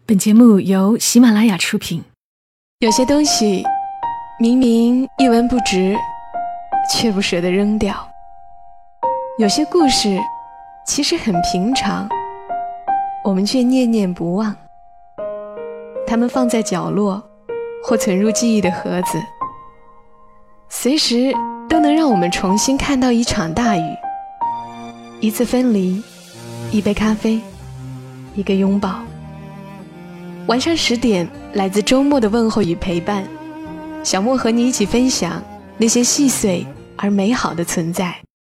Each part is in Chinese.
本节目由喜马拉雅出品。有些东西明明一文不值，却不舍得扔掉；有些故事其实很平常，我们却念念不忘。它们放在角落，或存入记忆的盒子，随时都能让我们重新看到一场大雨，一次分离，一杯咖啡，一个拥抱。晚上10点，来自周末的问候与陪伴，小莫和你一起分享那些细碎而美好的存在。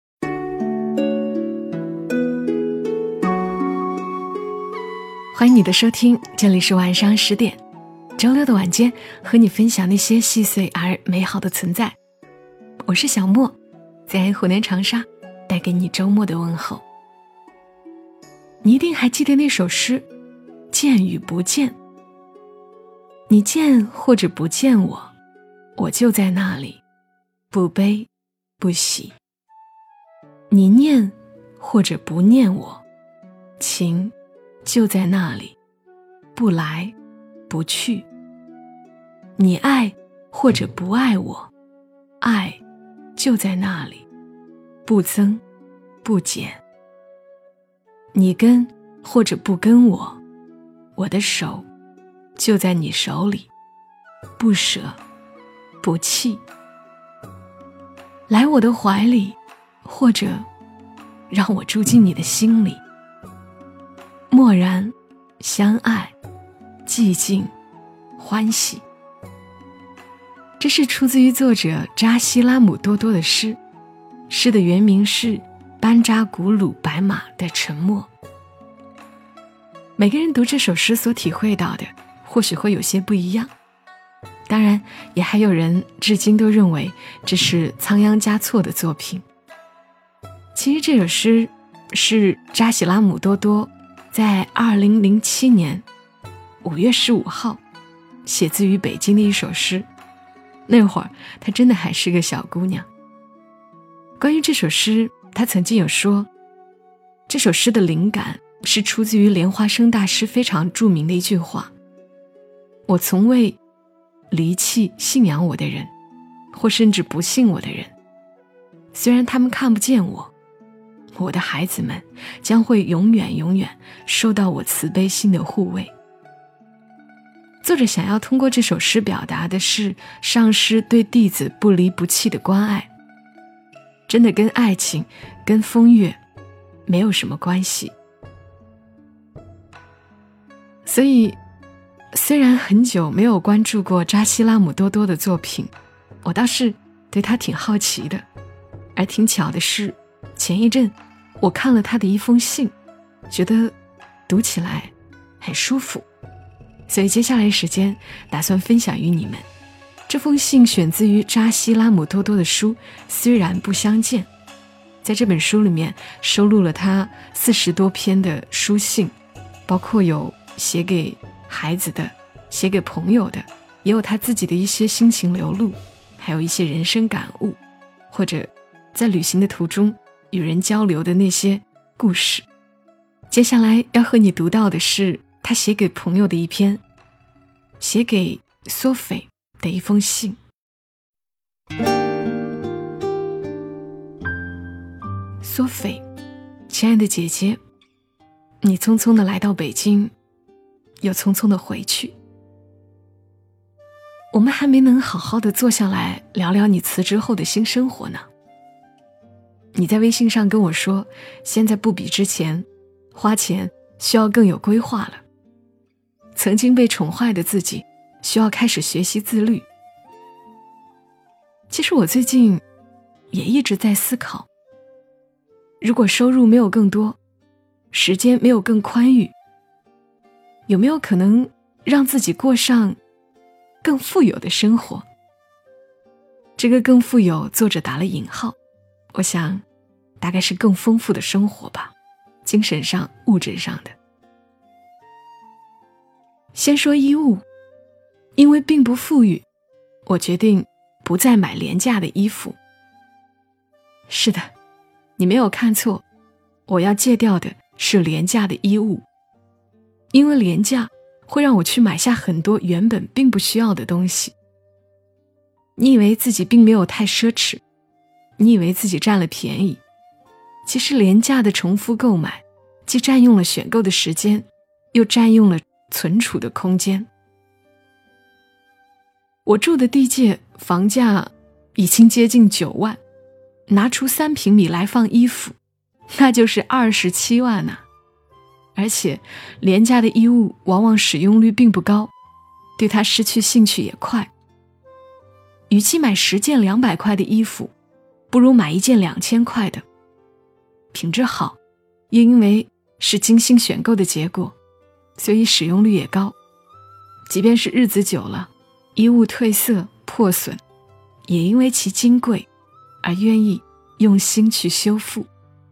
欢迎你的收听，这里是晚上10点，周六的晚间，和你分享那些细碎而美好的存在。我是小莫，在湖南长沙带给你周末的问候。你一定还记得那首诗，见与不见。你见或者不见我，我就在那里，不悲不喜。你念或者不念我，情就在那里，不来不去。你爱或者不爱我，爱就在那里，不增不减。你跟或者不跟我，我的手就在你手里，不舍不弃。来我的怀里，或者让我住进你的心里。默然相爱，寂静欢喜。这是出自于作者扎西拉姆多多的诗，诗的原名是班扎古鲁白马的沉默。每个人读这首诗所体会到的或许会有些不一样，当然也还有人至今都认为这是仓央嘉措的作品。其实这首诗是扎西拉姆多多在2007年5月15号写自于北京的一首诗，那会儿她真的还是个小姑娘。关于这首诗，她曾经有说，这首诗的灵感是出自于莲花生大师非常著名的一句话：我从未离弃信仰我的人，或甚至不信我的人，虽然他们看不见我，我的孩子们将会永远永远受到我慈悲心的护卫。作者想要通过这首诗表达的是上师对弟子不离不弃的关爱，真的跟爱情跟风月没有什么关系。所以虽然很久没有关注过扎西拉姆多多的作品，我倒是对他挺好奇的。而挺巧的是，前一阵我看了他的一封信，觉得读起来很舒服，所以接下来时间打算分享于你们。这封信选自于扎西拉姆多多的书《虽然不相见》，在这本书里面收录了他40多篇的书信，包括有写给孩子的，写给朋友的，也有他自己的一些心情流露，还有一些人生感悟，或者在旅行的途中与人交流的那些故事。接下来要和你读到的是他写给朋友的一篇，写给索菲的一封信。索菲，亲爱的姐姐，你匆匆地来到北京，又匆匆地回去，我们还没能好好地坐下来聊聊你辞职后的新生活呢。你在微信上跟我说，现在不比之前，花钱需要更有规划了。曾经被宠坏的自己，需要开始学习自律。其实我最近也一直在思考，如果收入没有更多，时间没有更宽裕，有没有可能让自己过上更富有的生活？这个更富有，作者打了引号，我想大概是更丰富的生活吧，精神上物质上的。先说衣物，因为并不富裕，我决定不再买廉价的衣服。是的，你没有看错，我要戒掉的是廉价的衣物，因为廉价会让我去买下很多原本并不需要的东西。你以为自己并没有太奢侈，你以为自己占了便宜，其实廉价的重复购买既占用了选购的时间，又占用了存储的空间。我住的地界房价已经接近9万，拿出3平米来放衣服，那就是27万啊！而且廉价的衣物往往使用率并不高，对它失去兴趣也快。与其买10件200块的衣服，不如买1件2000块的。品质好，也因为是精心选购的结果，所以使用率也高。即便是日子久了，衣物褪色破损，也因为其金贵而愿意用心去修复。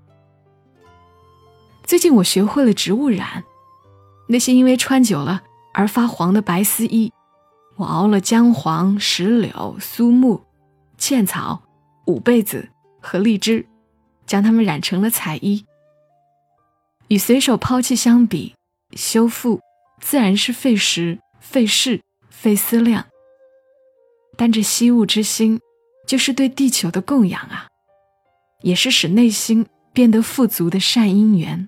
最近我学会了植物染，那些因为穿久了而发黄的白丝衣，我熬了姜黄、石榴、苏木、茜草、五贝子和荔枝，将它们染成了彩衣。与随手抛弃相比，修复自然是费时、费事、费思量，但这惜物之心就是对地球的供养啊，也是使内心变得富足的善因缘。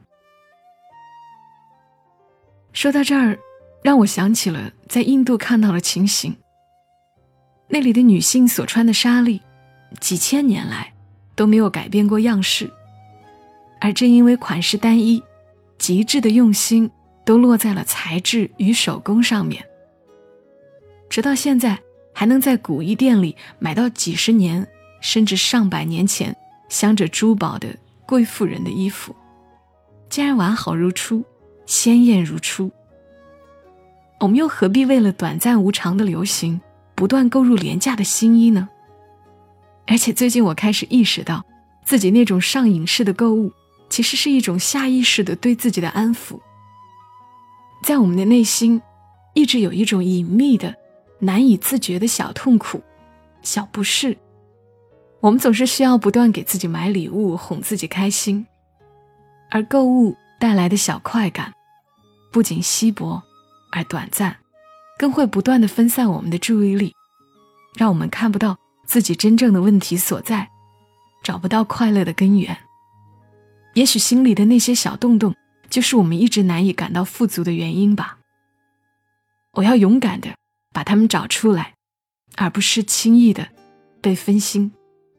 说到这儿，让我想起了在印度看到的情形。那里的女性所穿的纱丽，几千年来都没有改变过样式，而正因为款式单一，极致的用心都落在了材质与手工上面。直到现在，还能在古衣店里买到几十年甚至上百年前镶着珠宝的贵妇人的衣服，竟然完好如初，鲜艳如初。我们又何必为了短暂无常的流行，不断购入廉价的新衣呢？而且最近我开始意识到，自己那种上瘾式的购物，其实是一种下意识的对自己的安抚。在我们的内心，一直有一种隐秘的、难以自觉的小痛苦、小不适。我们总是需要不断给自己买礼物，哄自己开心。而购物带来的小快感，不仅稀薄而短暂，更会不断地分散我们的注意力，让我们看不到自己真正的问题所在，找不到快乐的根源。也许心里的那些小洞洞，就是我们一直难以感到富足的原因吧。我要勇敢地把它们找出来，而不是轻易地被分心。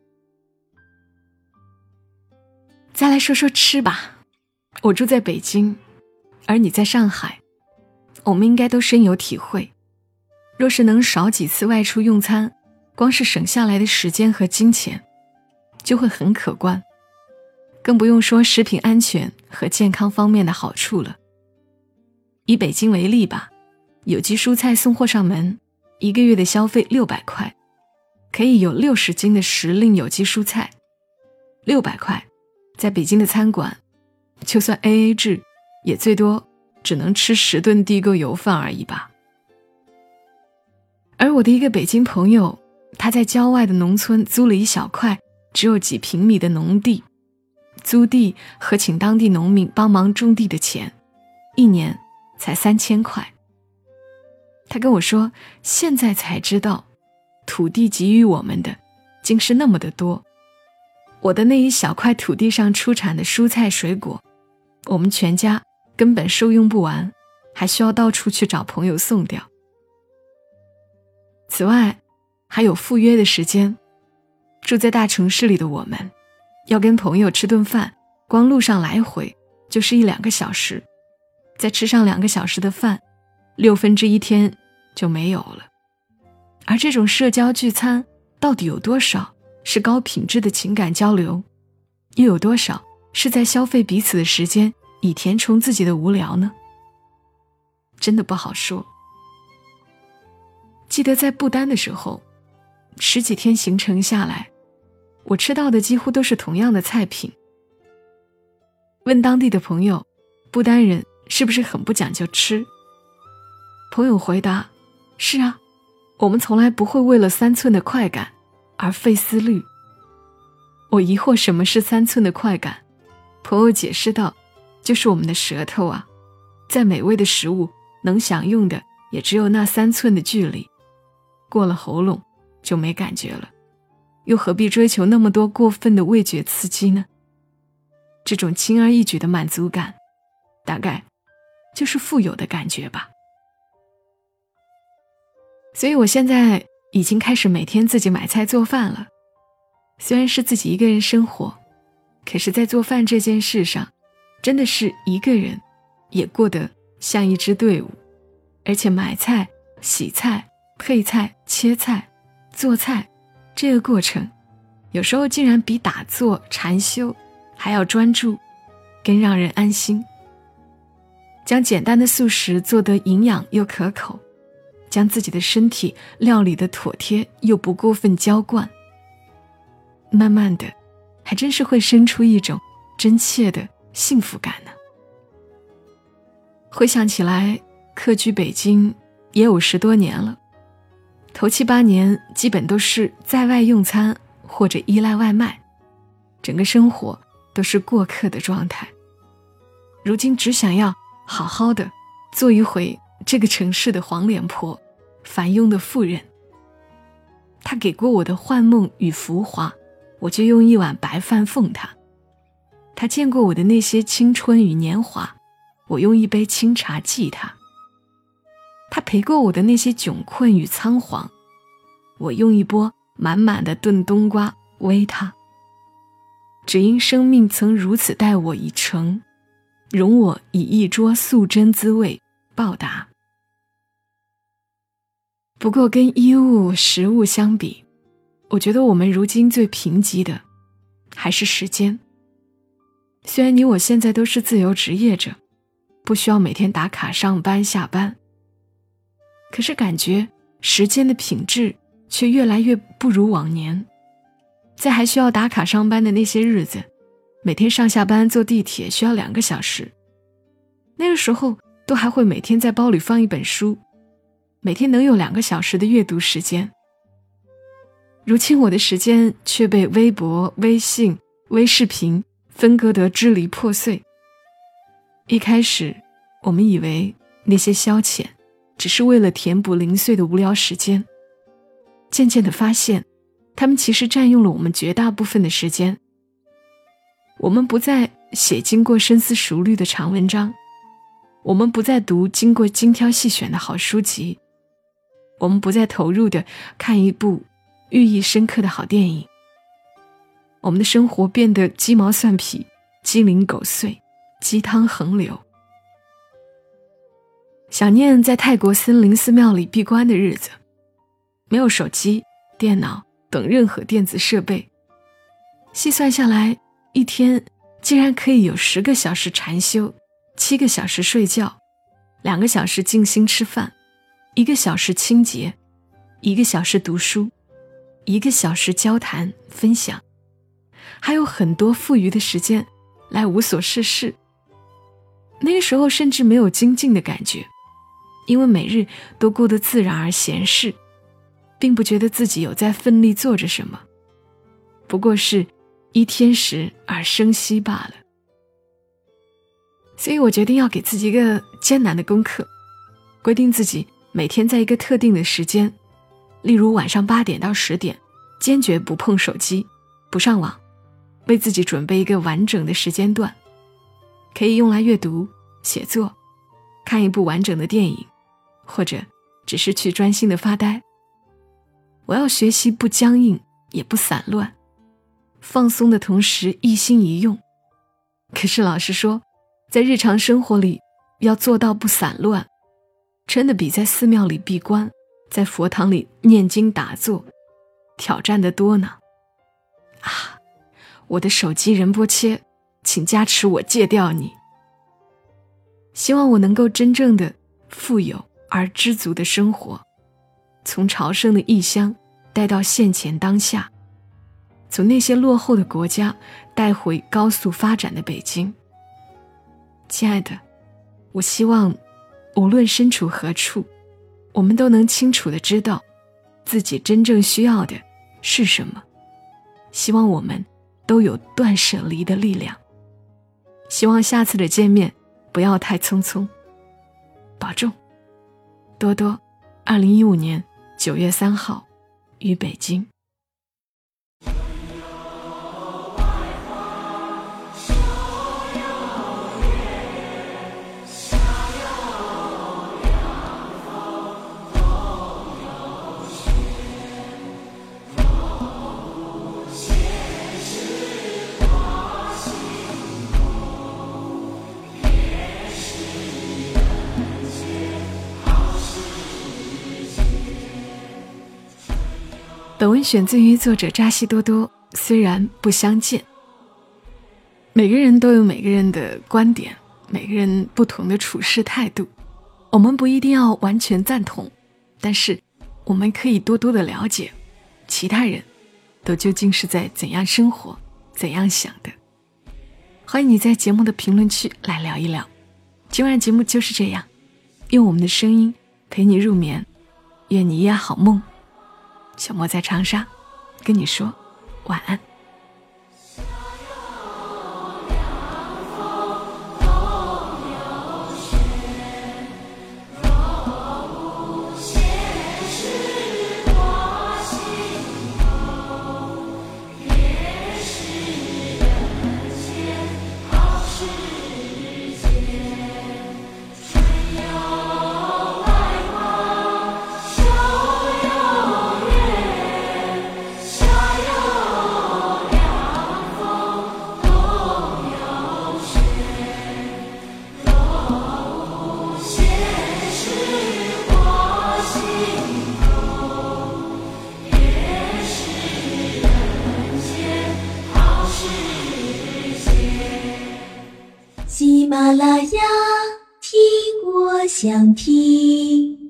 再来说说吃吧。我住在北京，而你在上海，我们应该都深有体会。若是能少几次外出用餐，光是省下来的时间和金钱就会很可观，更不用说食品安全和健康方面的好处了。以北京为例吧，有机蔬菜送货上门，1个月的消费600块，可以有60斤的时令有机蔬菜。600块，在北京的餐馆，就算 AA 制，也最多只能吃10顿地沟油饭而已吧。而我的一个北京朋友，他在郊外的农村租了一小块只有几平米的农地，租地和请当地农民帮忙种地的钱，1年才3000块。他跟我说，现在才知道土地给予我们的竟是那么的多。我的那一小块土地上出产的蔬菜水果，我们全家根本受用不完，还需要到处去找朋友送掉。此外，还有赴约的时间。住在大城市里的我们，要跟朋友吃顿饭，光路上来回就是1-2个小时，再吃上2个小时的饭，1/6天就没有了。而这种社交聚餐，到底有多少是高品质的情感交流，又有多少是在消费彼此的时间，以填充自己的无聊呢？真的不好说。记得在不丹的时候，10几天行程下来，我吃到的几乎都是同样的菜品。问当地的朋友，不丹人是不是很不讲究吃？朋友回答，是啊，我们从来不会为了3寸的快感而费思虑。我疑惑什么是3寸的快感，朋友解释道，就是我们的舌头啊，在美味的食物能享用的也只有那3寸的距离，过了喉咙就没感觉了，又何必追求那么多过分的味觉刺激呢？这种轻而易举的满足感，大概就是富有的感觉吧。所以我现在已经开始每天自己买菜做饭了。虽然是自己一个人生活，可是在做饭这件事上，真的是一个人也过得像一支队伍。而且买菜、洗菜、配菜、切菜、做菜，这个过程有时候竟然比打坐禅修还要专注，更让人安心。将简单的素食做得营养又可口，将自己的身体料理得妥帖又不过分娇惯，慢慢的还真是会生出一种真切的幸福感呢。回想起来，客居北京也有10多年了，头7、8年基本都是在外用餐或者依赖外卖，整个生活都是过客的状态。如今只想要好好的做一回这个城市的黄脸婆，凡庸的妇人。他给过我的幻梦与浮华，我就用一碗白饭奉他。他见过我的那些青春与年华，我用一杯清茶祭他。他陪过我的那些窘困与仓皇，我用一钵满满的炖冬瓜煨他。只因生命曾如此待我一程，容我以一桌素真滋味报答。不过跟衣物、食物相比，我觉得我们如今最贫瘠的还是时间。虽然你我现在都是自由职业者，不需要每天打卡上班下班，可是感觉时间的品质却越来越不如往年。在还需要打卡上班的那些日子，每天上下班坐地铁需要2个小时，那个时候都还会每天在包里放一本书，每天能有2个小时的阅读时间。如今我的时间却被微博、微信、微视频分割得支离破碎。一开始我们以为那些消遣只是为了填补零碎的无聊时间，渐渐地发现他们其实占用了我们绝大部分的时间。我们不再写经过深思熟虑的长文章，我们不再读经过精挑细选的好书籍，我们不再投入地看一部寓意深刻的好电影。我们的生活变得鸡毛蒜皮、鸡零狗碎、鸡汤横流。想念在泰国森林寺庙里闭关的日子，没有手机、电脑等任何电子设备，细算下来，一天竟然可以有10个小时禅修，7个小时睡觉，2个小时静心吃饭，1个小时清洁，1个小时读书，1个小时交谈分享，还有很多富余的时间来无所事事。那个时候甚至没有精进的感觉，因为每日都过得自然而闲适，并不觉得自己有在奋力做着什么，不过是依天时而生息罢了。所以我决定要给自己一个艰难的功课，规定自己每天在一个特定的时间，例如晚上8点到10点，坚决不碰手机，不上网，为自己准备一个完整的时间段，可以用来阅读、写作、看一部完整的电影，或者只是去专心的发呆。我要学习不僵硬也不散乱，放松的同时一心一用。可是老实说，在日常生活里要做到不散乱，真的比在寺庙里闭关，在佛堂里念经打坐挑战得多呢。啊，我的手机仁波切，请加持我戒掉你。希望我能够真正的富有而知足的生活，从朝圣的异乡带到现前当下，从那些落后的国家带回高速发展的北京。亲爱的，我希望无论身处何处，我们都能清楚地知道自己真正需要的是什么。希望我们都有断舍离的力量。希望下次的见面不要太匆匆。保重， 多多2015年9月3号于北京。本文选自于作者扎西多多，虽然不相见。每个人都有每个人的观点，每个人不同的处事态度，我们不一定要完全赞同，但是我们可以多多的了解其他人都究竟是在怎样生活，怎样想的。欢迎你在节目的评论区来聊一聊。今晚节目就是这样，用我们的声音陪你入眠，愿你一夜好梦。小莫在长沙跟你说晚安。 喜马拉雅，听我想听。